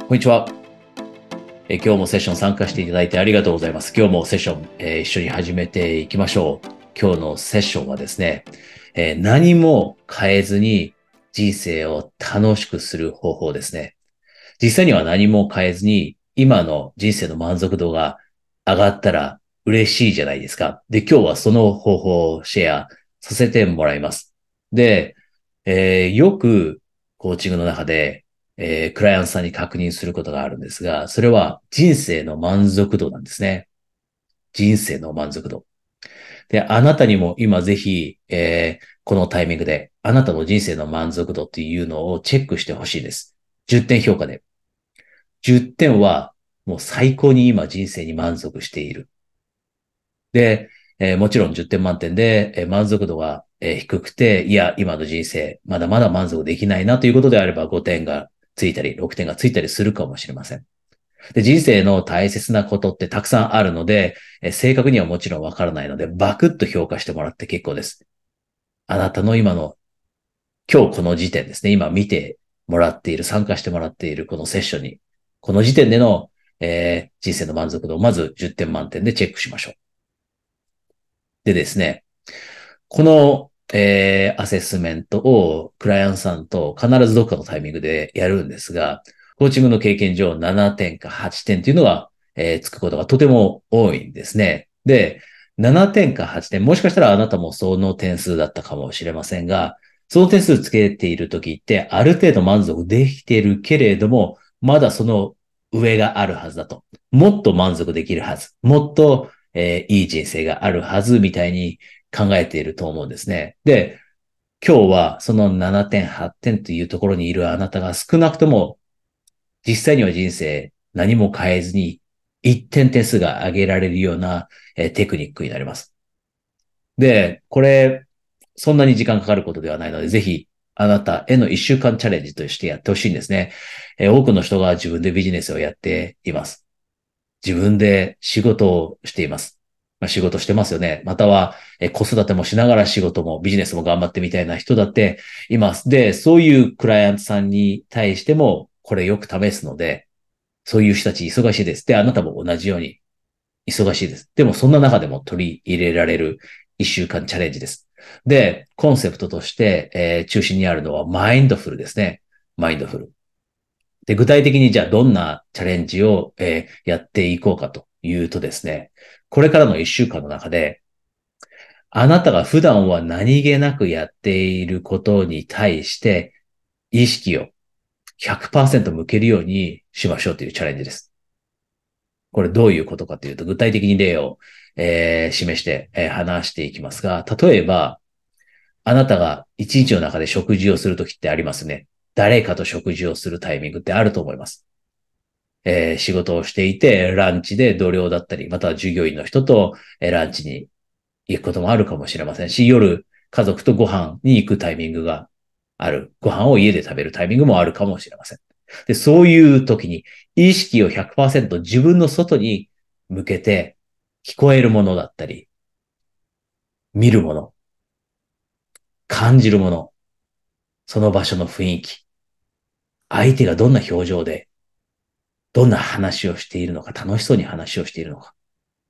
こんにちは。今日もセッション参加していただいてありがとうございます。今日もセッション、一緒に始めていきましょう。今日のセッションはですね、何も変えずに人生を楽しくする方法ですね。実際には何も変えずに今の人生の満足度が上がったら嬉しいじゃないですか。で、今日はその方法をシェアさせてもらいます。で、よくコーチングの中でクライアントさんに確認することがあるんですが、それは人生の満足度なんですね。人生の満足度。で、あなたにも今ぜひ、このタイミングで、あなたの人生の満足度っていうのをチェックしてほしいです。10点評価で。10点はもう最高に今人生に満足している。で、もちろん10点満点で、満足度が、低くて、いや、今の人生、まだまだ満足できないなということであれば5点がついたり、6点がついたりするかもしれません。で、人生の大切なことってたくさんあるので、正確にはもちろんわからないので、バクッと評価してもらって結構です。あなたの今の、今日この時点ですね。今見てもらっている、参加してもらっているこのセッションに、この時点での、人生の満足度をまず10点満点でチェックしましょう。でですね、この、アセスメントをクライアントさんと必ずどっかのタイミングでやるんですが、コーチングの経験上7点か8点というのが、つくことがとても多いんですね。で、7点か8点、もしかしたらあなたもその点数だったかもしれませんが、その点数つけているときってある程度満足できているけれども、まだその上があるはずだと。もっと満足できるはず。もっと、いい人生があるはずみたいに考えていると思うんですね。で、今日はその7点、8点というところにいるあなたが少なくとも実際には人生何も変えずに1点点数が上げられるようなテクニックになります。で、これ、そんなに時間かかることではないので、ぜひあなたへの1週間チャレンジとしてやってほしいんですね。多くの人が自分でビジネスをやっています。自分で仕事をしています。まあ、仕事してますよね。または、子育てもしながら仕事もビジネスも頑張ってみたいな人だっています。で、そういうクライアントさんに対してもこれよく試すので、そういう人たち忙しいです。で、あなたも同じように忙しいです。でもそんな中でも取り入れられる1週間チャレンジです。で、コンセプトとして、中心にあるのはマインドフルですね。マインドフル。で、具体的にじゃあどんなチャレンジを、やっていこうかというとですね、これからの1週間の中で、あなたが普段は何気なくやっていることに対して意識を100%向けるようにしましょうというチャレンジです。これどういうことかというと、具体的に例を、示して、話していきますが、例えば、あなたが一日の中で食事をするときってありますね。誰かと食事をするタイミングってあると思います。仕事をしていて、ランチで同僚だったり、または従業員の人と、ランチに行くこともあるかもしれませんし、夜、家族とご飯に行くタイミングがある。ご飯を家で食べるタイミングもあるかもしれません。で、そういう時に、意識を100%自分の外に向けて、聞こえるものだったり、見るもの、感じるもの、その場所の雰囲気、相手がどんな表情で、どんな話をしているのか、楽しそうに話をしているのか。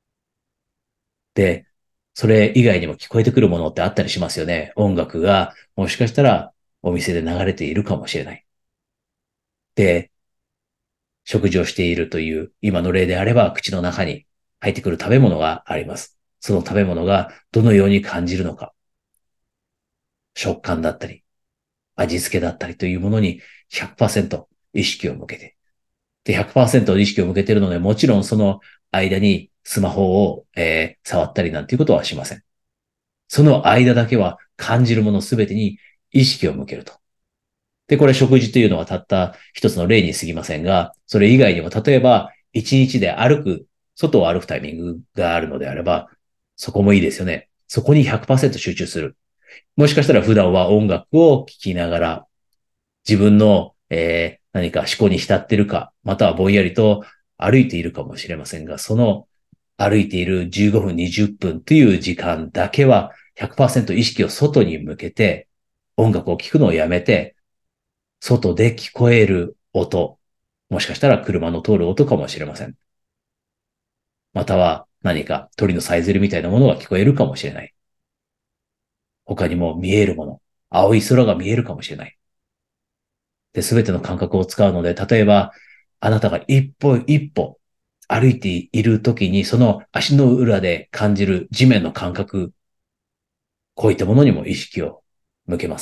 で、それ以外にも聞こえてくるものってあったりしますよね。音楽がもしかしたらお店で流れているかもしれない。で、食事をしているという今の例であれば口の中に入ってくる食べ物があります。その食べ物がどのように感じるのか。食感だったり、味付けだったりというものに100%意識を向けて。で、100%意識を向けているので、もちろんその間にスマホを、触ったりなんていうことはしません。その間だけは感じるものすべてに意識を向けると。で、これ食事というのはたった一つの例に過ぎませんが、それ以外にも例えば一日で外を歩くタイミングがあるのであれば、そこもいいですよね。そこに100%集中する。もしかしたら普段は音楽を聴きながら自分の、何か思考に浸っているか、またはぼんやりと歩いているかもしれませんが、その歩いている15分、20分という時間だけは100%意識を外に向けて、音楽を聴くのをやめて、外で聞こえる音。 もしかしたら車の通る音かもしれません。または何か鳥のさえずりみたいなものが聞こえるかもしれない。他にも見えるもの、青い空が見えるかもしれない。で、すべての感覚を使うので、例えば、あなたが一歩一歩歩いているときに、その足の裏で感じる地面の感覚、こういったものにも意識を向けます。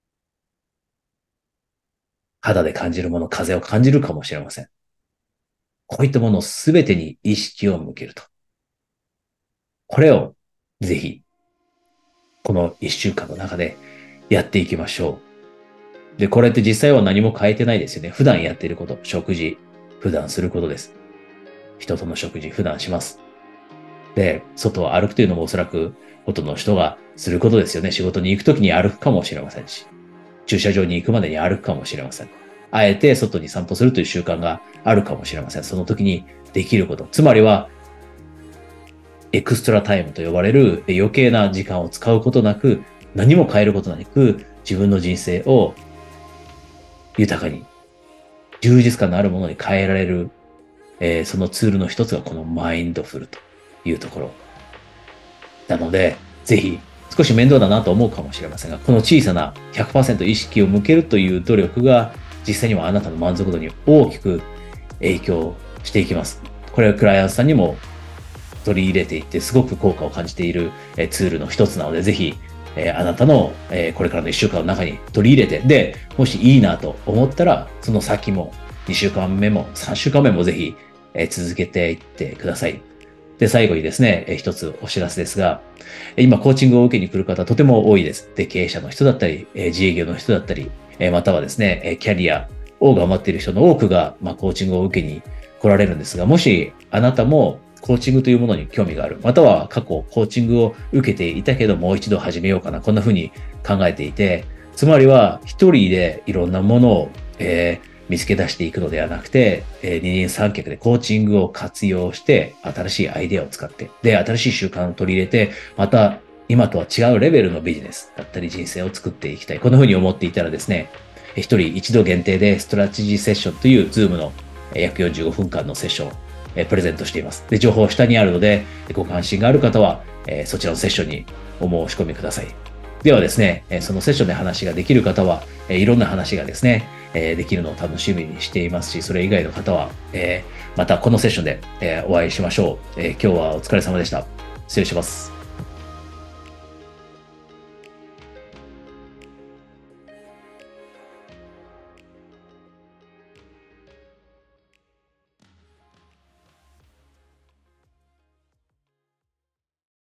肌で感じるもの、風を感じるかもしれません。こういったものをすべてに意識を向けると。これをぜひ、この一週間の中でやっていきましょう。で、これって実際は何も変えてないですよね。普段やっていること、食事、普段することです。人との食事、普段します。で、外を歩くというのもおそらく、ほとんどの人がすることですよね。仕事に行くときに歩くかもしれませんし、駐車場に行くまでに歩くかもしれません。あえて外に散歩するという習慣があるかもしれません。その時にできること。つまりは、エクストラタイムと呼ばれる余計な時間を使うことなく、何も変えることなく、自分の人生を豊かに、充実感のあるものに変えられる、そのツールの一つがこのマインドフルというところ。なので、ぜひ、少し面倒だなと思うかもしれませんが、この小さな100%意識を向けるという努力が、実際にはあなたの満足度に大きく影響していきます。これはクライアントさんにも取り入れていって、すごく効果を感じているツールの一つなので、ぜひ、あなたのこれからの1週間の中に取り入れて、で、もしいいなと思ったら、その先も2週間目も3週間目もぜひ続けていってください。で、最後にですね、一つお知らせですが、今コーチングを受けに来る方とても多いです。で、経営者の人だったり、自営業の人だったり、またはですね、キャリアを頑張っている人の多くが、コーチングを受けに来られるんですが、もしあなたもコーチングというものに興味がある、または過去コーチングを受けていたけどもう一度始めようかな、こんな風に考えていて、つまりは一人でいろんなものを、見つけ出していくのではなくて、二人三脚でコーチングを活用して、新しいアイデアを使って、で、新しい習慣を取り入れて、また今とは違うレベルのビジネスだったり人生を作っていきたい。こんな風に思っていたらですね、一人一度限定でストラテジーセッションという Zoom の約45分間のセッションをプレゼントしています。で、情報下にあるので、ご関心がある方は、そちらのセッションにお申し込みください。ではですね、そのセッションで話ができる方は、いろんな話がですね、できるのを楽しみにしていますし、それ以外の方は、またこのセッションで、お会いしましょう。今日はお疲れ様でした。失礼します。